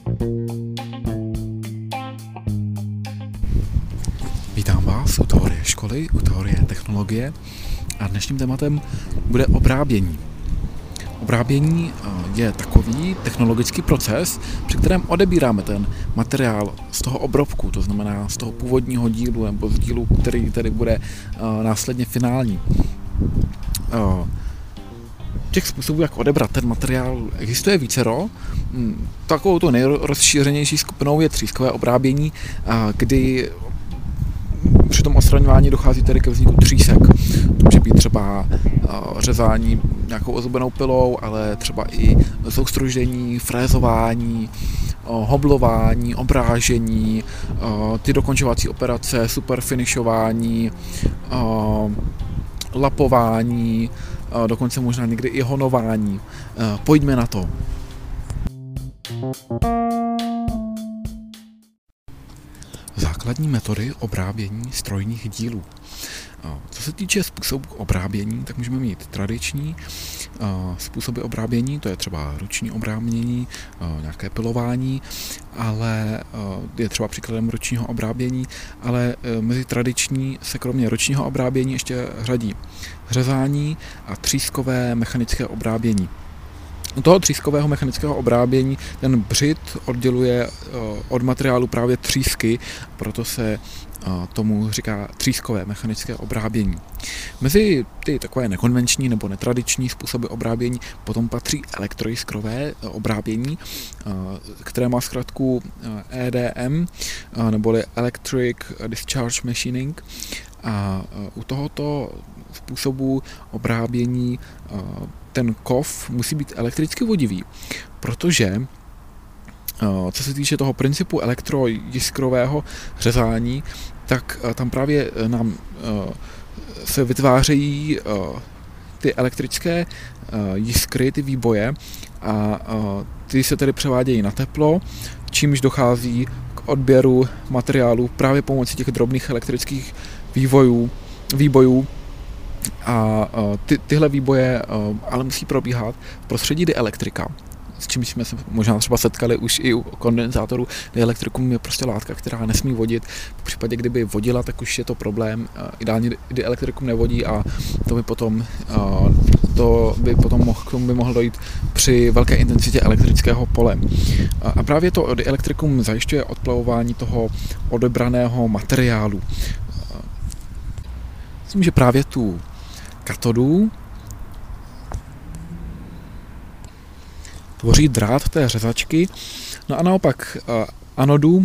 Vítám vás u teorie školy, u teorie technologie a dnešním tématem bude obrábění. Obrábění je takový technologický proces, při kterém odebíráme ten materiál z toho obrobku, to znamená z toho původního dílu nebo z dílu, který tedy bude následně finální. Těch způsobů, jak odebrat ten materiál, existuje vícero. Takovou to nejrozšířenější skupinou je třískové obrábění, kdy při tom odstraňování dochází tedy ke vzniku třísek. To může být třeba řezání nějakou ozubenou pilou, ale třeba i soustružení, frézování, hoblování, obrážení, ty dokončovací operace, superfinišování, lapování, dokonce možná někdy i honování. Pojďme na to. Základní metody obrábění strojních dílů. Co se týče způsobu obrábění, tak můžeme mít tradiční způsoby obrábění, to je třeba ruční obrábění, nějaké pilování, ale je třeba příkladem ručního obrábění, ale mezi tradiční se kromě ručního obrábění ještě řadí řezání a třískové mechanické obrábění. U toho třískového mechanického obrábění ten břit odděluje od materiálu právě třísky, proto se tomu říká třískové mechanické obrábění. Mezi ty takové nekonvenční nebo netradiční způsoby obrábění potom patří elektroiskrové obrábění, které má zkratku EDM, neboli Electric Discharge Machining. A u tohoto způsobu obrábění ten kov musí být elektricky vodivý, protože co se týče toho principu elektrojiskrového řezání, tak tam právě nám se vytvářejí ty elektrické jiskry, ty výboje a ty se tedy převádějí na teplo, čímž dochází k odběru materiálu právě pomocí těch drobných elektrických výbojů. A tyhle výboje ale musí probíhat v prostředí dielektrika, s čím jsme se možná třeba setkali už i u kondenzátorů. Dielektrikum je prostě látka, která nesmí vodit. V případě, kdyby vodila, tak už je to problém. Ideálně dielektrikum nevodí a to by potom k tomu by mohlo dojít při velké intenzitě elektrického pole. A právě to dielektrikum zajišťuje odplavování toho odebraného materiálu. Myslím, že právě tu katodu tvoří drát té řezačky, no a naopak anodu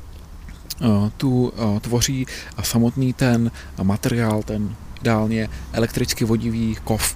tu tvoří samotný ten materiál, ten ideálně elektricky vodivý kov.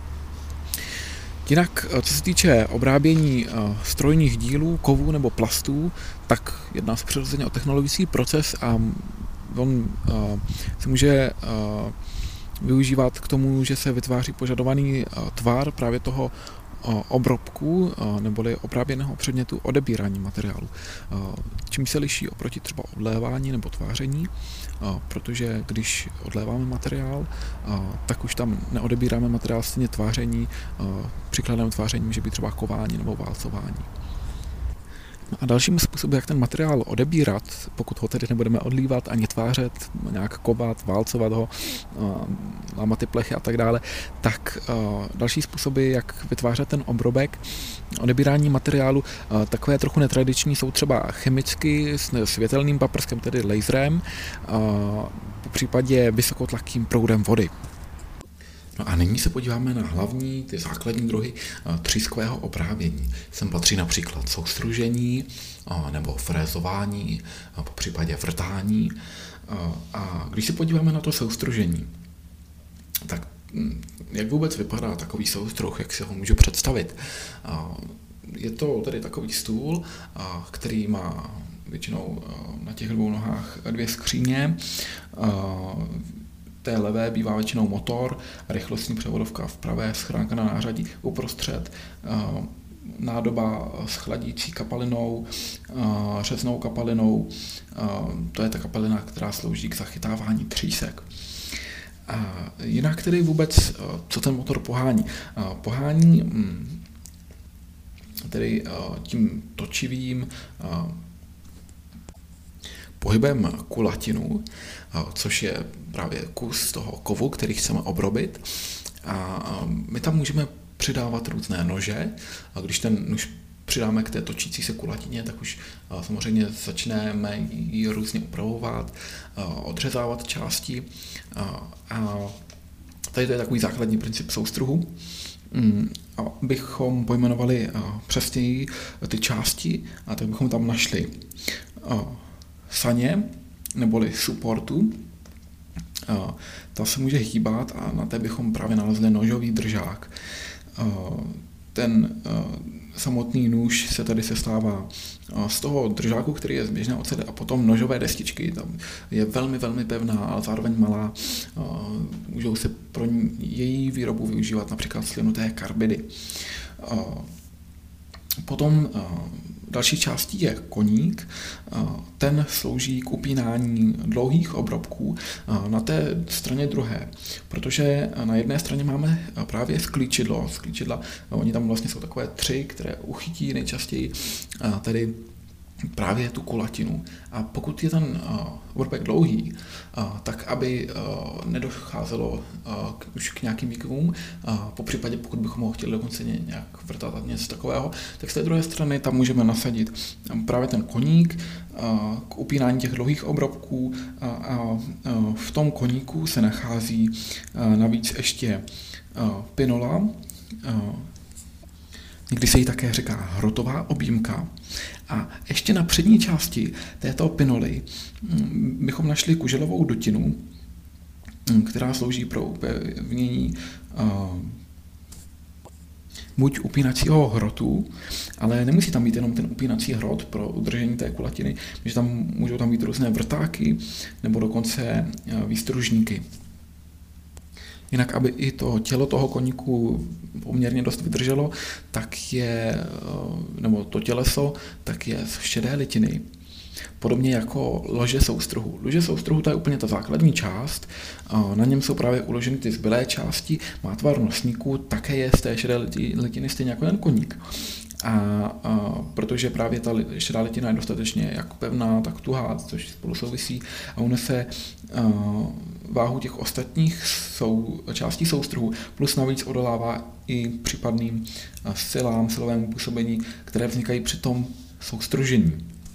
Jinak, co se týče obrábění strojních dílů, kovů nebo plastů, tak jedná se přirozeně o technologický proces a on se může využívat k tomu, že se vytváří požadovaný tvar právě toho obrobku neboli obráběného předmětu odebírání materiálu. Čím se liší oproti třeba odlévání nebo tváření, protože když odléváme materiál, tak už tam neodebíráme materiál stejně tváření. Příkladem tváření může být třeba kování nebo válcování. A dalším způsobem, jak ten materiál odebírat, pokud ho tedy nebudeme odlívat ani tvářet, nějak kovat, válcovat ho, lámat ty plechy a tak dále, tak další způsoby, jak vytvářet ten obrobek, odebírání materiálu, takové trochu netradiční, jsou třeba chemicky s světelným paprskem, tedy laserem, po případě vysokotlakým proudem vody. No a nyní se podíváme na hlavní, ty základní druhy třískového obrábění. Sem patří například soustružení nebo frézování, po případě vrtání. A když se podíváme na to soustružení, tak jak vůbec vypadá takový soustruh, jak si ho můžu představit? Je to tedy takový stůl, který má většinou na těch dvou nohách dvě skříně. Té levé bývá většinou motor, rychlostní převodovka v pravé, schránka na nářadí uprostřed, nádoba s chladící kapalinou, řeznou kapalinou. To je ta kapalina, která slouží k zachytávání třísek. Jinak tedy vůbec, co ten motor pohání? Pohání tedy tím točivým pohybem kulatinu, což je právě kus toho kovu, který chceme obrobit. A my tam můžeme přidávat různé nože, a když ten nůž přidáme k té točící se kulatině, tak už samozřejmě začneme ji různě upravovat, odřezávat části. A tady to je takový základní princip soustruhu. Abychom pojmenovali přesněji ty části, tak bychom tam našli saně, neboli supportu. Ta se může hýbat a na té bychom právě nalezli nožový držák. Ten samotný nůž se tady sestává z toho držáku, který je z běžné oceli, a potom nožové destičky. Tam je velmi, velmi pevná, ale zároveň malá. Můžou se pro její výrobu využívat například slinuté karbidy. Potom další částí je koník. Ten slouží k upínání dlouhých obrobků na té straně druhé, protože na jedné straně máme právě sklíčidlo. Sklíčidla, oni tam vlastně jsou takové 3, které uchytí nejčastěji tedy právě tu kulatinu. A pokud je ten obrobek dlouhý, tak aby nedocházelo už k nějakým výkyvům, po případě pokud bychom ho chtěli dokonce nějak vrtat a něco takového, tak z té druhé strany tam můžeme nasadit právě ten koník k upínání těch dlouhých obrobků a v tom koníku se nachází navíc ještě pinola. Někdy se jí také říká hrotová objímka. A ještě na přední části této pinoly bychom našli kuželovou dutinu, která slouží pro upevnění buď upínacího hrotu, ale nemusí tam být jenom ten upínací hrot pro udržení té kulatiny, že tam můžou tam být různé vrtáky nebo dokonce výstružníky. Jinak, aby i to tělo toho koníku poměrně dost vydrželo, tak nebo to těleso, tak je z šedé litiny. Podobně jako lože soustruhu. Lože soustruhu, to je úplně ta základní část, na něm jsou právě uloženy ty zbylé části, má tvar nosníku, také je z té šedé litiny stejně jako ten koník. A protože právě ta šedá litina je dostatečně jak pevná, tak tuhá, což spolu souvisí a unese váhu těch ostatních částí soustruhu, plus navíc odolává i případným silovému působení, které vznikají při tom soustružení.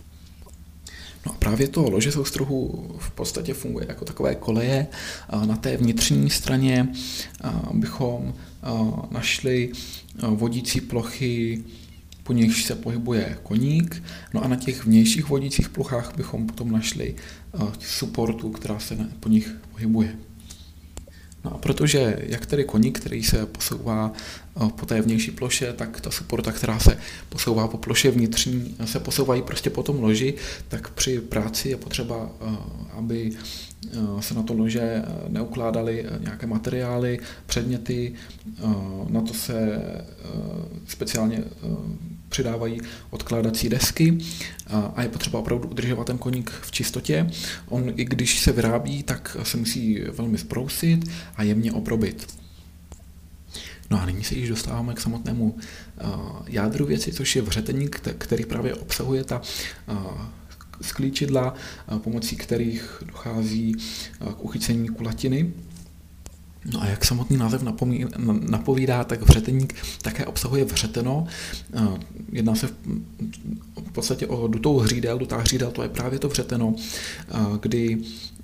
No a právě to lože soustruhu v podstatě funguje jako takové koleje. Na té vnitřní straně bychom našli vodící plochy, po nichž se pohybuje koník, no a na těch vnějších vodících plochách bychom potom našli supportu, která se po nich pohybuje. No a protože jak tedy koník, který se posouvá po té vnější ploše, tak ta supporta, která se posouvá po ploše vnitřní, se posouvají prostě po tom loži, tak při práci je potřeba, aby se na to lože neukládaly nějaké materiály, předměty, na to se speciálně přidávají odkládací desky a je potřeba opravdu udržovat ten koník v čistotě. On, i když se vyrábí, tak se musí velmi zbrousit a jemně obrobit. No a nyní se již dostáváme k samotnému jádru věci, což je vřeteník, který právě obsahuje ta sklíčidla, pomocí kterých dochází k uchycení kulatiny. No a jak samotný název napovídá, tak vřeteník také obsahuje vřeteno. Jedná se v podstatě o dutou hřídel. Dutá hřídel, to je právě to vřeteno, kdy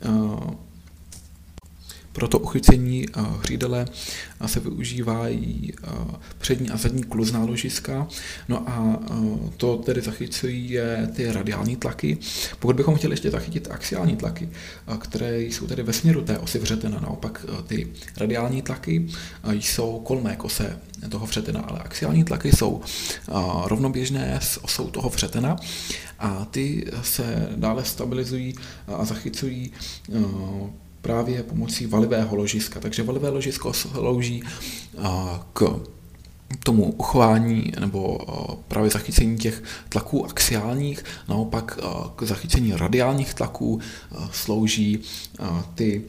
pro to uchycení hřídele se využívají přední a zadní kluzná ložiska, no a to tedy zachycují ty radiální tlaky. Pokud bychom chtěli ještě zachytit axiální tlaky, které jsou tedy ve směru té osy vřetena, naopak ty radiální tlaky jsou kolmé k ose toho vřetena, ale axiální tlaky jsou rovnoběžné s osou toho vřetena a ty se dále stabilizují a zachycují právě pomocí valivého ložiska. Takže valivé ložisko slouží k tomu uchování nebo právě zachycení těch tlaků axiálních, naopak k zachycení radiálních tlaků slouží ty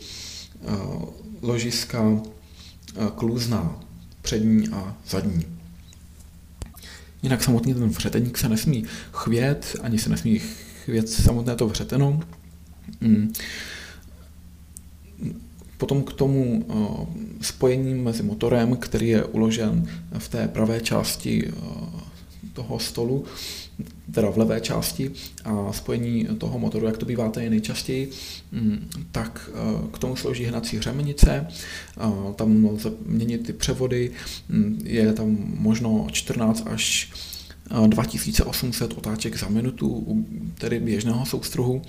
ložiska kluzná, přední a zadní. Jinak samotný ten vřeteník se nesmí chvět, ani se nesmí chvět samotné to vřeteno. Potom k tomu spojení mezi motorem, který je uložen v té pravé části toho stolu, teda v levé části, a spojení toho motoru, jak to bývá tady nejčastěji, tak k tomu slouží hnací řemenice, tam lze měnit ty převody, je tam možno 14 až 2800 otáček za minutu, tedy běžného soustruhu.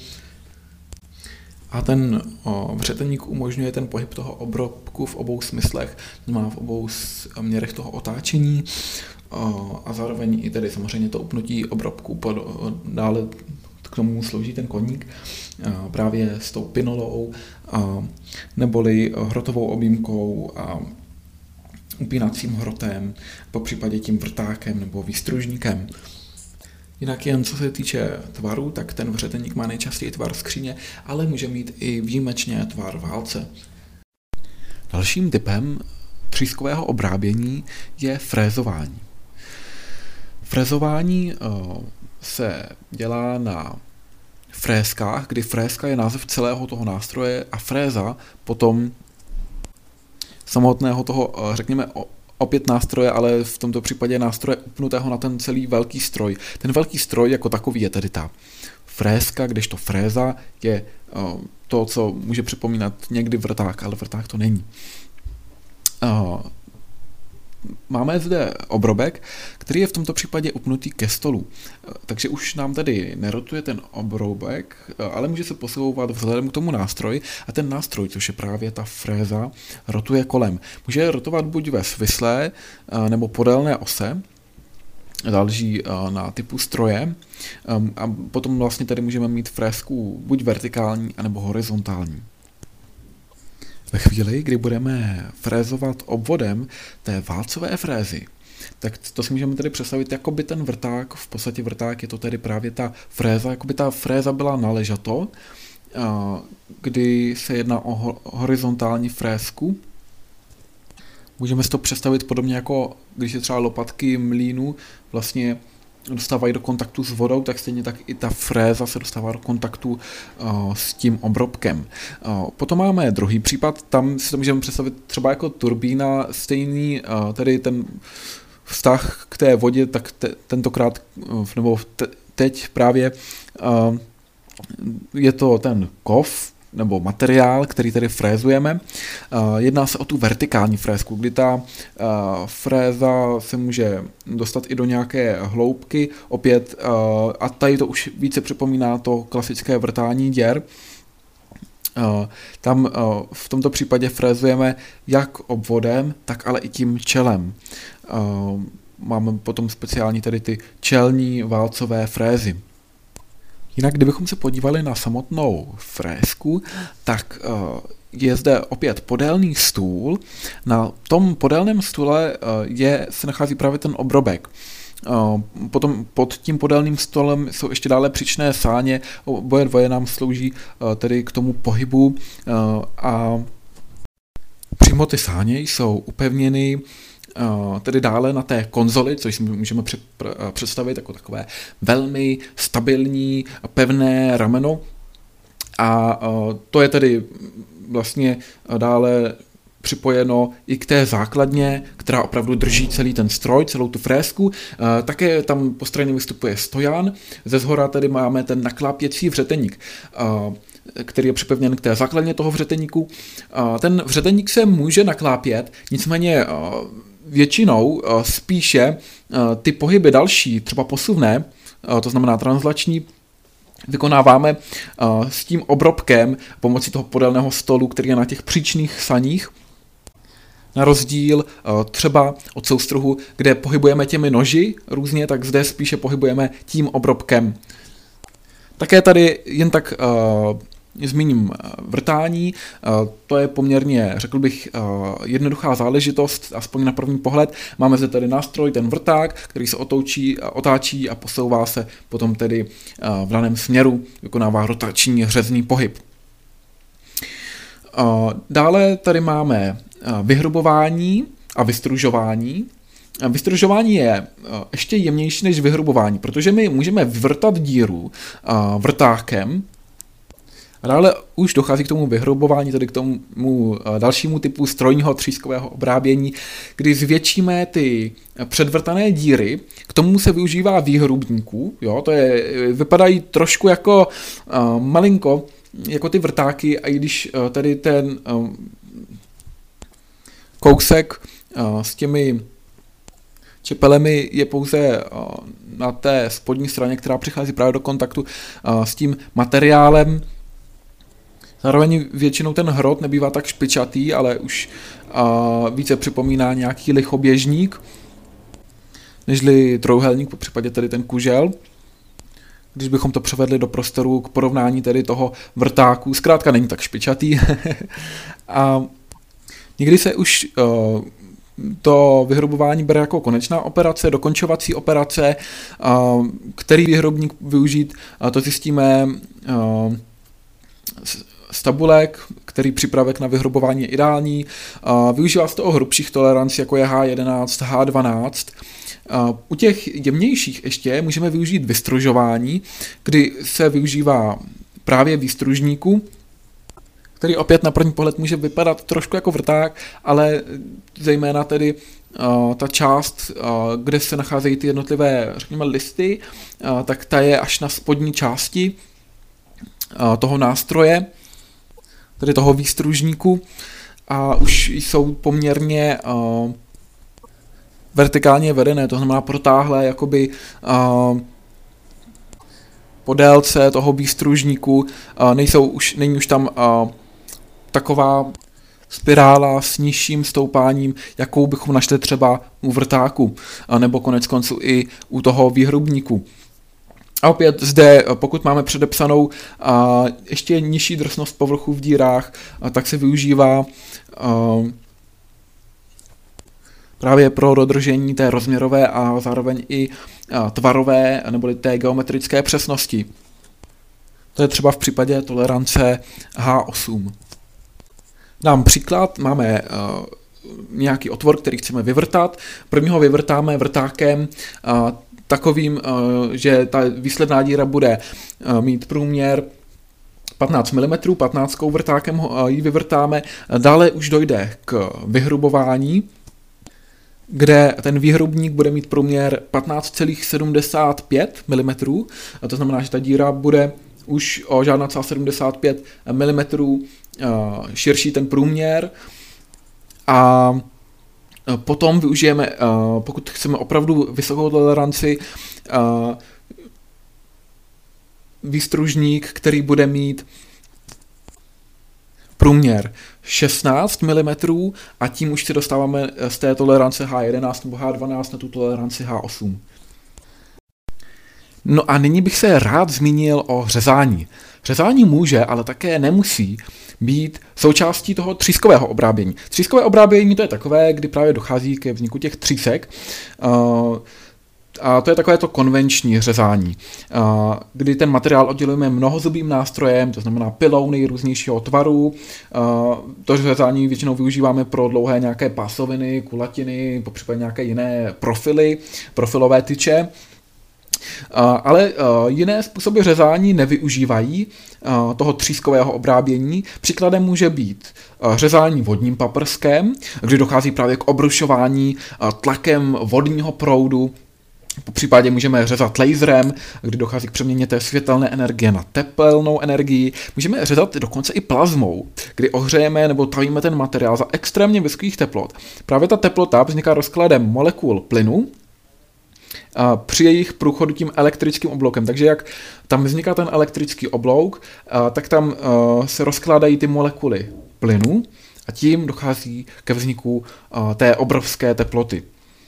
A ten vřeteník umožňuje ten pohyb toho obrobku v obou smyslech, má v obou směrech toho otáčení a zároveň i tedy samozřejmě to upnutí obrobku. Dále k tomu slouží ten koník právě s tou pinolou, neboli hrotovou objímkou a upínacím hrotem, popřípadě tím vrtákem nebo výstružníkem. Jinak jen co se týče tvaru, tak ten vřeteník má nejčastěji tvar skříně, ale může mít i výjimečně tvar válce. Dalším typem třískového obrábění je frézování. Frézování se dělá na frézkách, kdy frézka je název celého toho nástroje a fréza potom samotného toho, řekněme, opět nástroje, ale v tomto případě nástroje upnutého na ten celý velký stroj. Ten velký stroj jako takový je tedy ta frézka, kdežto fréza je to, co může připomínat někdy vrták, ale vrták to není. Máme zde obrobek, který je v tomto případě upnutý ke stolu. Takže už nám tady nerotuje ten obrobek, ale může se posouvat vzhledem k tomu nástroji a ten nástroj, což je právě ta fréza, rotuje kolem. Může rotovat buď ve svislé nebo podélné ose, záleží na typu stroje, a potom vlastně tady můžeme mít frézku buď vertikální, anebo horizontální. Ve chvíli, kdy budeme frézovat obvodem té válcové frézy, tak to si můžeme tedy představit jako by ten vrták, v podstatě vrták je to tedy právě ta fréza, jako by ta fréza byla naležato, kdy se jedná o horizontální frézku. Můžeme si to představit podobně jako když je třeba lopatky mlýnu vlastně dostávají do kontaktu s vodou, tak stejně tak i ta fréza se dostává do kontaktu s tím obrobkem. Potom máme druhý případ, tam si to můžeme představit třeba jako turbína, stejný tedy ten vztah k té vodě, tak tentokrát, nebo teď právě je to ten kov, nebo materiál, který tedy frézujeme. Jedná se o tu vertikální frézku, kdy ta fréza se může dostat i do nějaké hloubky, opět, a tady to už více připomíná to klasické vrtání děr. Tam v tomto případě frézujeme jak obvodem, tak ale i tím čelem. Máme potom speciální tedy ty čelní válcové frézy. Jinak, kdybychom se podívali na samotnou frézku, tak je zde opět podélný stůl. Na tom podélném stole se nachází právě ten obrobek. Potom pod tím podélným stolem jsou ještě dále příčné sáně, oboje dvoje nám slouží tedy k tomu pohybu a přímo ty sáně jsou upevněny tedy dále na té konzoli, což si můžeme představit jako takové velmi stabilní, pevné rameno. A to je tedy vlastně dále připojeno i k té základně, která opravdu drží celý ten stroj, celou tu frézku. Také tam po straně vystupuje stojan, ze shora tedy máme ten naklápěcí vřeteník, který je připevněn k té základně toho vřeteníku. Ten vřeteník se může naklápět, nicméně většinou spíše ty pohyby další, třeba posuvné, to znamená translační, vykonáváme s tím obrobkem pomocí toho podélného stolu, který je na těch příčných saních. Na rozdíl třeba od soustruhu, kde pohybujeme těmi noži různě, tak zde spíše pohybujeme tím obrobkem. Také tady jen tak zmíním vrtání, to je poměrně, řekl bych, jednoduchá záležitost, aspoň na první pohled. Máme zde tedy nástroj, ten vrták, který se otáčí a posouvá se potom tedy v daném směru, vykonává rotační řezný pohyb. Dále tady máme vyhrubování a vystružování. Vystružování je ještě jemnější než vyhrubování, protože my můžeme vyvrtat díru vrtákem, a dále už dochází k tomu vyhrubování, tedy k tomu dalšímu typu strojního třískového obrábění, kdy zvětšíme ty předvrtané díry, k tomu se využívá výhrubníků, jo, vypadají trošku jako malinko, jako ty vrtáky, a i když tady ten kousek s těmi čepelemi je pouze na té spodní straně, která přichází právě do kontaktu s tím materiálem. Zároveň většinou ten hrot nebývá tak špičatý, ale už více připomíná nějaký lichoběžník, nežli trojúhelník, po případě tedy ten kužel. Když bychom to převedli do prostoru k porovnání tedy toho vrtáku, zkrátka není tak špičatý. A někdy se už to vyhrubování bere jako konečná operace, dokončovací operace, který vyhrubník využít, to zjistíme z tabulek, který přípravek na vyhrubování je ideální. Využívá se to o hrubších tolerancí, jako je H11, H12. U těch jemnějších ještě můžeme využít vystružování, kdy se využívá právě výstružníku, který opět na první pohled může vypadat trošku jako vrták, ale zejména tedy ta část, kde se nacházejí ty jednotlivé, řekněme, listy, tak ta je až na spodní části toho nástroje, tedy toho výstružníku, a už jsou poměrně vertikálně vedené, to znamená protáhlé jakoby po délce toho výstružníku, není už tam taková spirála s nižším stoupáním, jakou bychom našli třeba u vrtáku, nebo konec konců i u toho výhrubníku. A opět zde, pokud máme předepsanou ještě nižší drsnost povrchu v dírách, tak se využívá právě pro dodržení té rozměrové a zároveň i tvarové nebo té geometrické přesnosti. To je třeba v případě tolerance H8. Dám příklad, máme nějaký otvor, který chceme vyvrtat. Prvního vyvrtáme vrtákem takovým, že ta výsledná díra bude mít průměr 15 mm, 15 vrtákem ji vyvrtáme. Dále už dojde k vyhrubování, kde ten výhrubník bude mít průměr 15,75 mm, a to znamená, že ta díra bude už o žádná 75 mm širší ten průměr, a potom využijeme, pokud chceme opravdu vysokou toleranci, výstružník, který bude mít průměr 16 mm, a tím už se dostáváme z té tolerance H11 nebo H12 na tu toleranci H8. No a nyní bych se rád zmínil o řezání. Řezání může, ale také nemusí být součástí toho třískového obrábění. Třískové obrábění to je takové, kdy právě dochází ke vzniku těch třísek, a to je takové to konvenční řezání, kdy ten materiál oddělujeme mnohozubým nástrojem, to znamená pilou nejrůznějšího tvaru. To řezání většinou využíváme pro dlouhé nějaké pásoviny, kulatiny, popřípadě nějaké jiné profilové tyče. Ale jiné způsoby řezání nevyužívají toho třískového obrábění. Příkladem může být řezání vodním paprskem, kdy dochází právě k obrušování tlakem vodního proudu. Po případě můžeme řezat laserem, kdy dochází k přeměně té světelné energie na tepelnou energii. Můžeme řezat dokonce i plazmou, kdy ohřejeme nebo tavíme ten materiál za extrémně vysokých teplot. Právě ta teplota vzniká rozkladem molekul plynu při jejich průchodu tím elektrickým obloukem. Takže jak tam vzniká ten elektrický oblouk, tak tam se rozkládají ty molekuly plynu a tím dochází ke vzniku té obrovské teploty.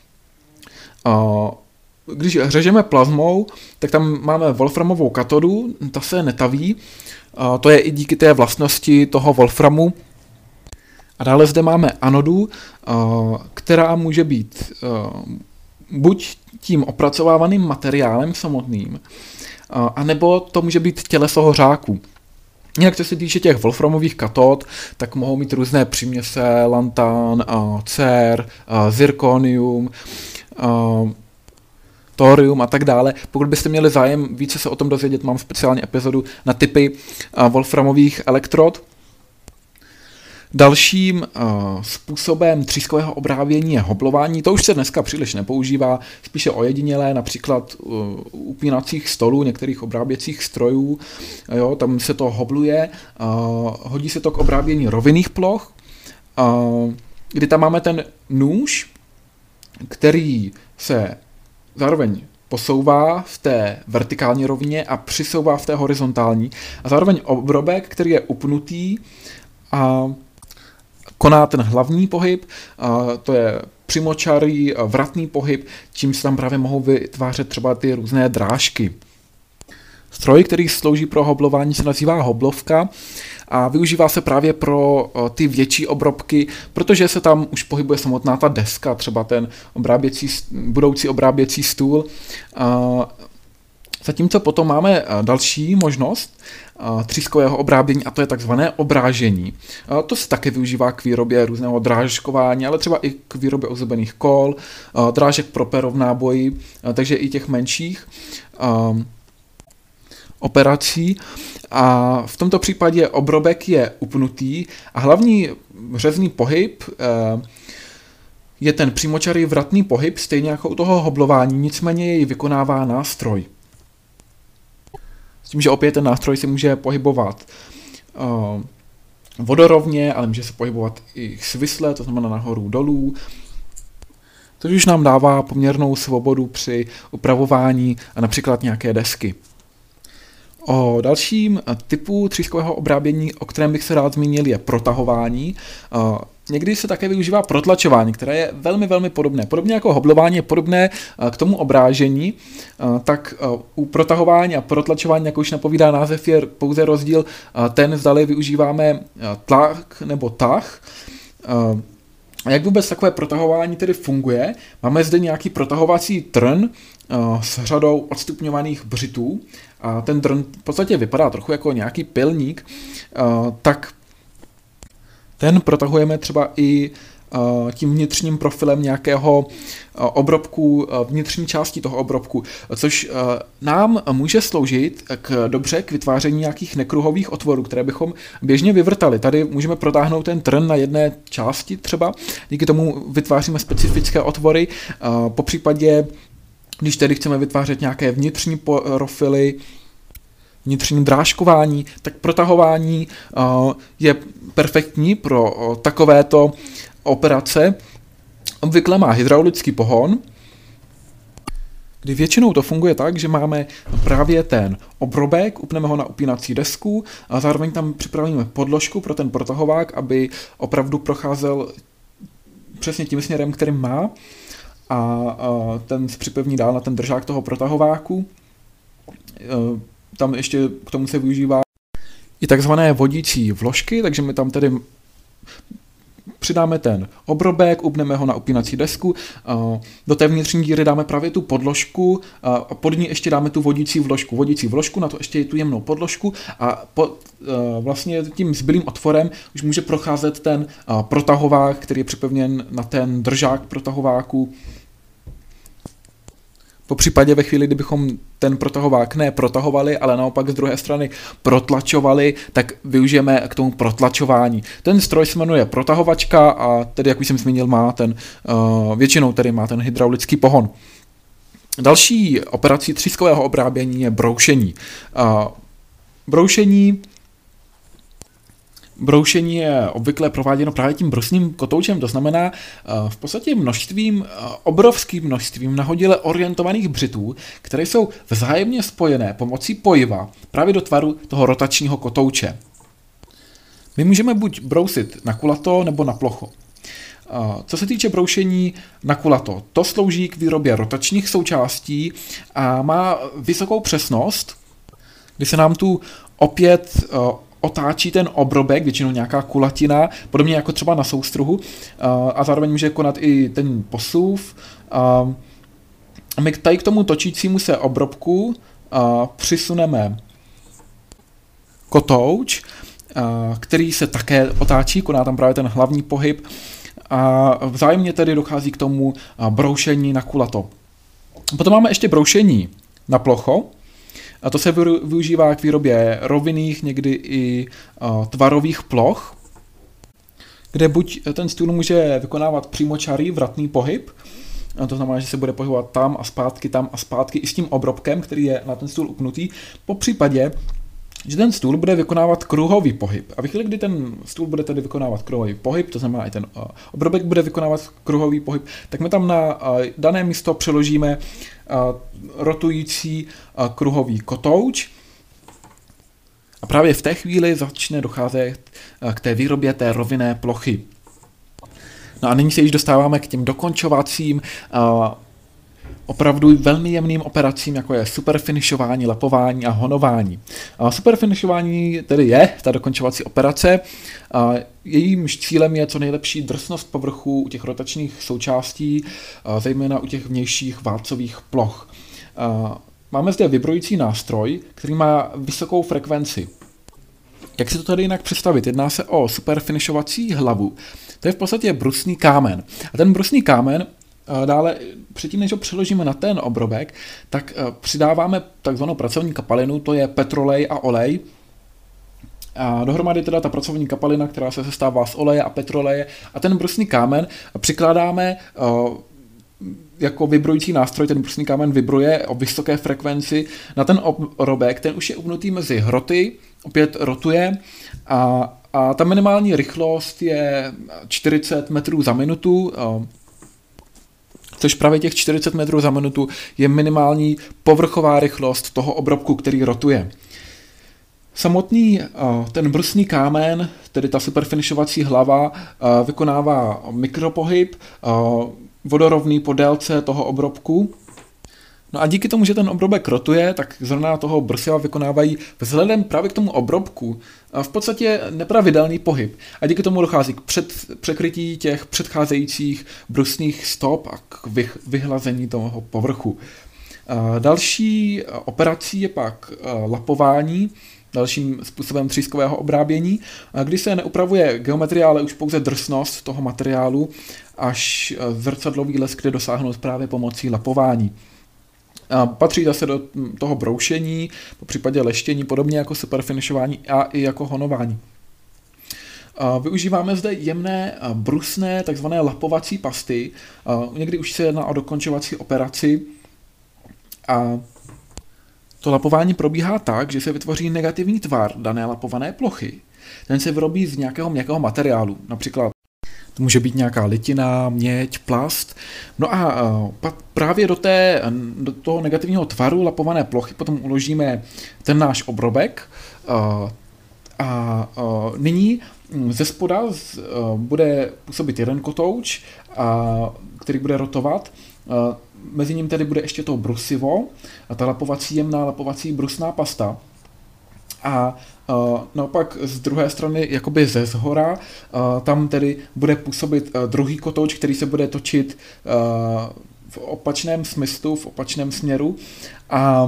Když řežeme plazmou, tak tam máme wolframovou katodu, ta se netaví, to je i díky té vlastnosti toho wolframu. A dále zde máme anodu, která může být buď tím opracovávaným materiálem samotným, anebo to může být těleso hořáků. Jinak co se týče těch wolframových katod, tak mohou mít různé příměse, lantan, cér, zirkonium. thorium a tak dále. Pokud byste měli zájem více se o tom dozvědět, mám speciální epizodu na typy wolframových elektrod. Dalším způsobem třískového obrábění je hoblování. To už se dneska příliš nepoužívá, spíše ojedinělé, například upínacích stolů, některých obráběcích strojů. Jo, tam se to hobluje. Hodí se to k obrábění rovinných ploch, kdy tam máme ten nůž, který se zároveň posouvá v té vertikální rovině a přisouvá v té horizontální. A zároveň obrobek, který je upnutý a koná ten hlavní pohyb, to je přímočarý vratný pohyb, čím se tam právě mohou vytvářet třeba ty různé drážky. Stroj, který slouží pro hoblování, se nazývá hoblovka a využívá se právě pro ty větší obrobky, protože se tam už pohybuje samotná ta deska, třeba ten budoucí obráběcí stůl. Zatímco potom máme další možnost třískového obrábění a to je takzvané obrážení. To se také využívá k výrobě různého drážkování, ale třeba i k výrobě ozdobených kol, drážek pro pero v náboji, takže i těch menších operací. A v tomto případě obrobek je upnutý a hlavní řezný pohyb je ten přímočarý vratný pohyb, stejně jako u toho hoblování, nicméně jej vykonává nástroj. S tím, že opět ten nástroj se může pohybovat vodorovně, ale může se pohybovat i svisle, to znamená nahoru dolů. To už nám dává poměrnou svobodu při upravování například nějaké desky. O dalším typu třískového obrábění, o kterém bych se rád zmínil, je protahování. Někdy se také využívá protlačování, které je velmi, velmi podobné. Podobně jako hoblování je podobné k tomu obrážení, tak u protahování a protlačování, jak už napovídá název, je pouze rozdíl ten, zdali využíváme tlak nebo tah. A jak vůbec takové protahování tedy funguje? Máme zde nějaký protahovací trn s řadou odstupňovaných břitů a ten trn v podstatě vypadá trochu jako nějaký pilník, tak ten protahujeme třeba i tím vnitřním profilem nějakého obrobku, vnitřní části toho obrobku, což nám může sloužit dobře k vytváření nějakých nekruhových otvorů, které bychom běžně vyvrtali. Tady můžeme protáhnout ten trn na jedné části třeba, díky tomu vytváříme specifické otvory, popřípadě, když tedy chceme vytvářet nějaké vnitřní profily, vnitřní drážkování, tak protahování je perfektní pro takovéto operace. Obvykle má hydraulický pohon, kdy většinou to funguje tak, že máme právě ten obrobek, upneme ho na upínací desku a zároveň tam připravíme podložku pro ten protahovák, aby opravdu procházel přesně tím směrem, kterým má a ten se připevní dál na ten držák toho protahováku. Tam ještě k tomu se využívá i takzvané vodící vložky, takže my tam tedy přidáme ten obrobek, upneme ho na upínací desku, do té vnitřní díry dáme právě tu podložku a pod ní ještě dáme tu vodící vložku, na to ještě tu jemnou podložku a vlastně tím zbylým otvorem už může procházet ten protahovák, který je připevněn na ten držák protahováku. Po případě ve chvíli, kdybychom ten protahovák neprotahovali, ale naopak z druhé strany protlačovali, tak využijeme k tomu protlačování. Ten stroj se jmenuje protahovačka a tedy, jak už jsem zmínil, má ten, většinou tedy má ten hydraulický pohon. Další operací třískového obrábění je broušení. Broušení je obvykle prováděno právě tím brusným kotoučem, to znamená v podstatě obrovským množstvím nahodile orientovaných břitů, které jsou vzájemně spojené pomocí pojiva právě do tvaru toho rotačního kotouče. My můžeme buď brousit na kulato nebo na plocho. Co se týče broušení na kulato, to slouží k výrobě rotačních součástí a má vysokou přesnost, kdy se nám tu opět otáčí ten obrobek, většinou nějaká kulatina, podobně jako třeba na soustruhu, a zároveň může konat i ten posuv. My tady k tomu točícímu se obrobku přisuneme kotouč, který se také otáčí, koná tam právě ten hlavní pohyb a vzájemně tedy dochází k tomu broušení na kulato. Potom máme ještě broušení na plocho, a to se využívá k výrobě rovných, někdy i tvarových ploch, kde buď ten stůl může vykonávat přímočarý vratný pohyb, a to znamená, že se bude pohybovat tam a zpátky i s tím obrobkem, který je na ten stůl upnutý, po případě, že ten stůl bude vykonávat kruhový pohyb. A ve chvíli, kdy ten stůl bude tedy vykonávat kruhový pohyb, to znamená i ten obrobek bude vykonávat kruhový pohyb, tak my tam na dané místo přeložíme rotující kruhový kotouč. A právě v té chvíli začne docházet k té výrobě té rovinné plochy. No a nyní se již dostáváme k těm dokončovacím, opravdu velmi jemným operacím, jako je superfinišování, lapování a honování. Superfinišování tedy je ta dokončovací operace. Jejímž cílem je co nejlepší drsnost povrchu u těch rotačních součástí, zejména u těch vnějších válcových ploch. Máme zde vibrující nástroj, který má vysokou frekvenci. Jak si to tady jinak představit? Jedná se o superfinišovací hlavu. To je v podstatě brusný kámen. A ten brusný kámen dále, předtím, než ho přeložíme na ten obrobek, tak přidáváme takzvanou pracovní kapalinu, to je petrolej a olej. A dohromady teda ta pracovní kapalina, která se sestává z oleje a petroleje, a ten brusný kámen přikládáme jako vibrující nástroj, ten brusný kámen vibruje o vysoké frekvenci na ten obrobek, ten už je upnutý mezi hroty, opět rotuje a ta minimální rychlost je 40 metrů za minutu, což právě těch 40 metrů za minutu je minimální povrchová rychlost toho obrobku, který rotuje. Samotný ten brusný kámen, tedy ta superfinišovací hlava, vykonává mikropohyb, vodorovný po délce toho obrobku. No a díky tomu, že ten obrobek rotuje, tak zrovna toho brsiva vykonávají vzhledem právě k tomu obrobku v podstatě nepravidelný pohyb. A díky tomu dochází k překrytí těch předcházejících brusných stop a k vyhlazení toho povrchu. Další operací je pak lapování, dalším způsobem třískového obrábění, kdy se neupravuje geometrie, ale už pouze drsnost toho materiálu, až zrcadlový lesk jde dosáhnout právě pomocí lapování. Patří zase do toho broušení, po případě leštění, podobně jako superfinišování a i jako honování. Využíváme zde jemné brusné, takzvané lapovací pasty. Někdy už se jedná o dokončovací operaci. A to lapování probíhá tak, že se vytvoří negativní tvar dané lapované plochy. Ten se vyrobí z nějakého měkkého materiálu, například to může být nějaká litina, měď, plast. No a právě do toho negativního tvaru lapované plochy potom uložíme ten náš obrobek. A nyní ze spoda bude působit jeden kotouč, který bude rotovat. Mezi ním tedy bude ještě to brusivo, a ta jemná lapovací brusná pasta. A naopak z druhé strany, jakoby ze zhora, tam tedy bude působit druhý kotouč, který se bude točit v opačném smyslu, v opačném směru. A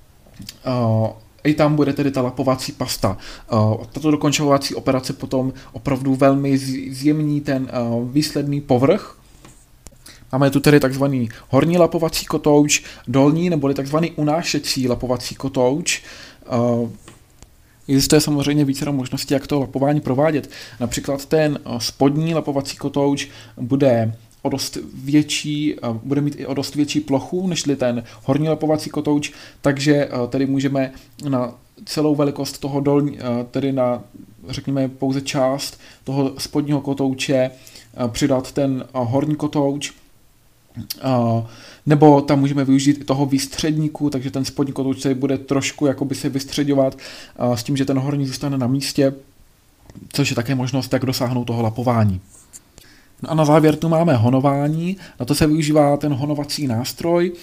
i tam bude tedy ta lapovací pasta. Tato dokončovací operace potom opravdu velmi zjemní ten výsledný povrch. Máme tu tedy takzvaný horní lapovací kotouč, dolní neboli takzvaný unášecí lapovací kotouč. Existuje samozřejmě více možností, jak to lapování provádět. Například ten spodní lapovací kotouč bude o dost větší, bude mít i o dost větší plochu, nežli ten horní lapovací kotouč, takže tedy můžeme na celou velikost toho dolní, tedy na, řekněme, pouze část toho spodního kotouče přidat ten horní kotouč, nebo tam můžeme využít i toho výstředníku, takže ten spodní kotouč se bude trošku jakoby se vystředovat s tím, že ten horní zůstane na místě, což je také možnost, jak dosáhnout toho lapování. No a na závěr tu máme honování, na to se využívá ten honovací nástroj,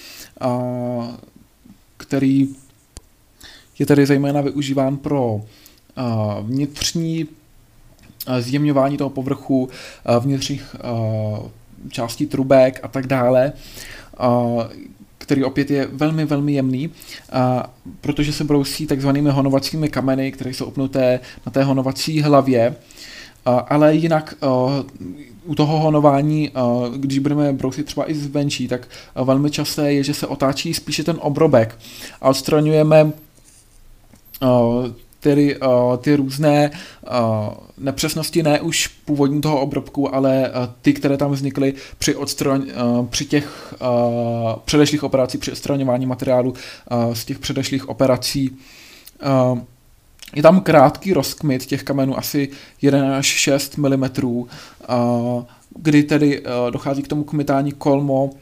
který je tedy zejména využíván pro vnitřní zjemňování toho povrchu, vnitřních částí trubek a tak dále, který opět je velmi, velmi jemný, protože se brousí takzvanými honovacími kameny, které jsou upnuté na té honovací hlavě, ale jinak u toho honování, když budeme brousit třeba i zvenčí, tak velmi časté je, že se otáčí spíše ten obrobek a odstraňujeme tedy ty různé nepřesnosti, ne už původní toho obrobku, ale ty, které tam vznikly při těch předešlých operacích, při odstraňování materiálu z těch předešlých operací. Je tam krátký rozkmyt těch kamenů, asi 1 až 6 mm, kdy tedy dochází k tomu kmitání kolmo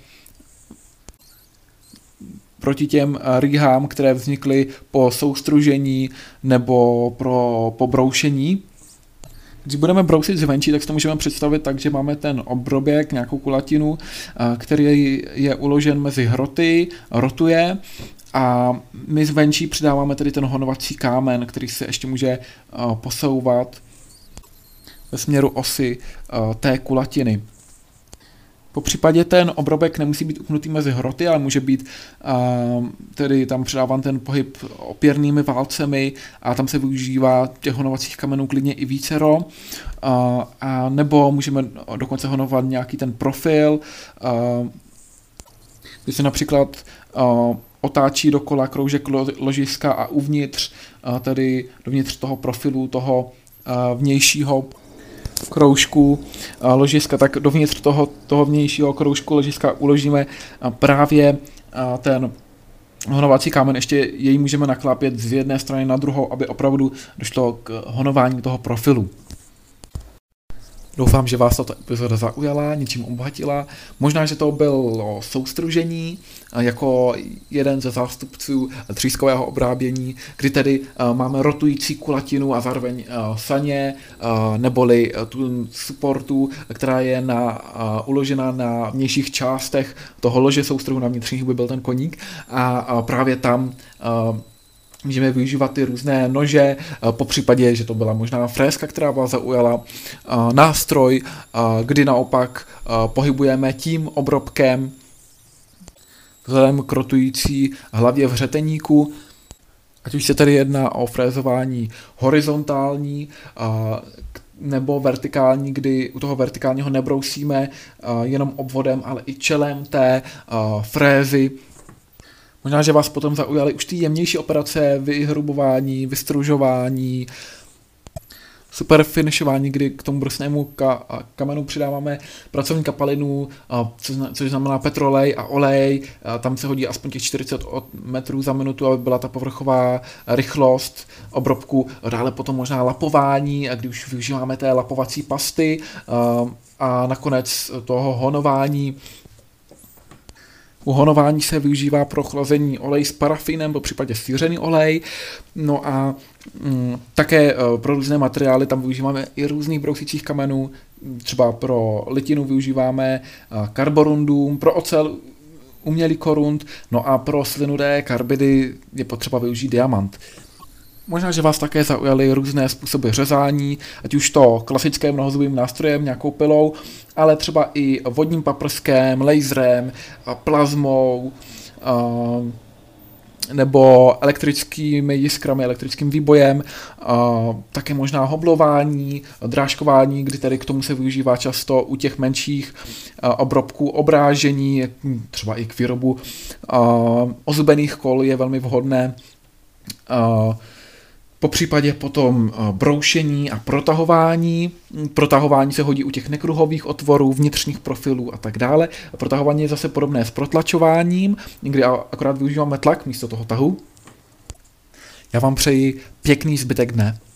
proti těm rýhám, které vznikly po soustružení nebo po broušení. Když budeme brousit zvenčí, tak si to můžeme představit tak, že máme ten obrobek, nějakou kulatinu, který je uložen mezi hroty, rotuje, a my zvenčí přidáváme tedy ten honovací kámen, který se ještě může posouvat ve směru osy té kulatiny. Po případě ten obrobek nemusí být upnutý mezi hroty, ale může být tedy tam předáván ten pohyb opěrnými válcemi a tam se využívá těch honovacích kamenů klidně i vícero. A nebo můžeme dokonce honovat nějaký ten profil, kdy se například otáčí dokola kroužek ložiska a uvnitř, tedy dovnitř toho profilu, toho vnějšího kroužku ložiska, tak dovnitř toho vnějšího kroužku ložiska uložíme právě ten honovací kámen, ještě jej můžeme naklápět z jedné strany na druhou, aby opravdu došlo k honování toho profilu. Doufám, že vás tato epizoda zaujala, něčím obohatila. Možná, že to bylo soustružení jako jeden ze zástupců třískového obrábění, kdy tedy máme rotující kulatinu a zároveň saně, neboli tu supportu, která je uložena na vnějších částech toho lože soustruhu, na vnitřních by byl ten koník, a právě tam můžeme využívat ty různé nože, po případě, že to byla možná fréska, která vás zaujala, nástroj, kdy naopak pohybujeme tím obrobkem vzhledem k rotující hlavě vřeteníku, ať už se tady jedná o frézování horizontální nebo vertikální, kdy u toho vertikálního nebrousíme jenom obvodem, ale i čelem té frézy. Možná, že vás potom zaujaly už ty jemnější operace, vyhrubování, vystružování, superfinishování, kdy k tomu brusnému kamenu přidáváme pracovní kapalinu, což znamená petrolej a olej. Tam se hodí aspoň těch 40 metrů za minutu, aby byla ta povrchová rychlost obrobku. Dále potom možná lapování, kdy už využíváme té lapovací pasty, a nakonec toho honování. U honování se využívá pro chlazení olej s parafinem, po případě sířený olej. No a také pro různé materiály tam využíváme i různých brousicích kamenů. Třeba pro litinu využíváme karborundum, pro ocel umělý korund, no a pro slinudé karbidy je potřeba využít diamant. Možná, že vás také zaujaly různé způsoby řezání, ať už to klasickým mnohozubým nástrojem, nějakou pilou, ale třeba i vodním paprskem, laserem, plazmou, nebo elektrickými jiskrami, elektrickým výbojem, také možná hoblování, drážkování, kdy tedy k tomu se využívá často u těch menších obrobků obrážení, třeba i k výrobu ozubených kol je velmi vhodné. Po případě potom broušení a protahování. Protahování se hodí u těch nekruhových otvorů, vnitřních profilů a tak dále. Protahování je zase podobné s protlačováním, kdy akorát využíváme tlak místo toho tahu. Já vám přeji pěkný zbytek dne.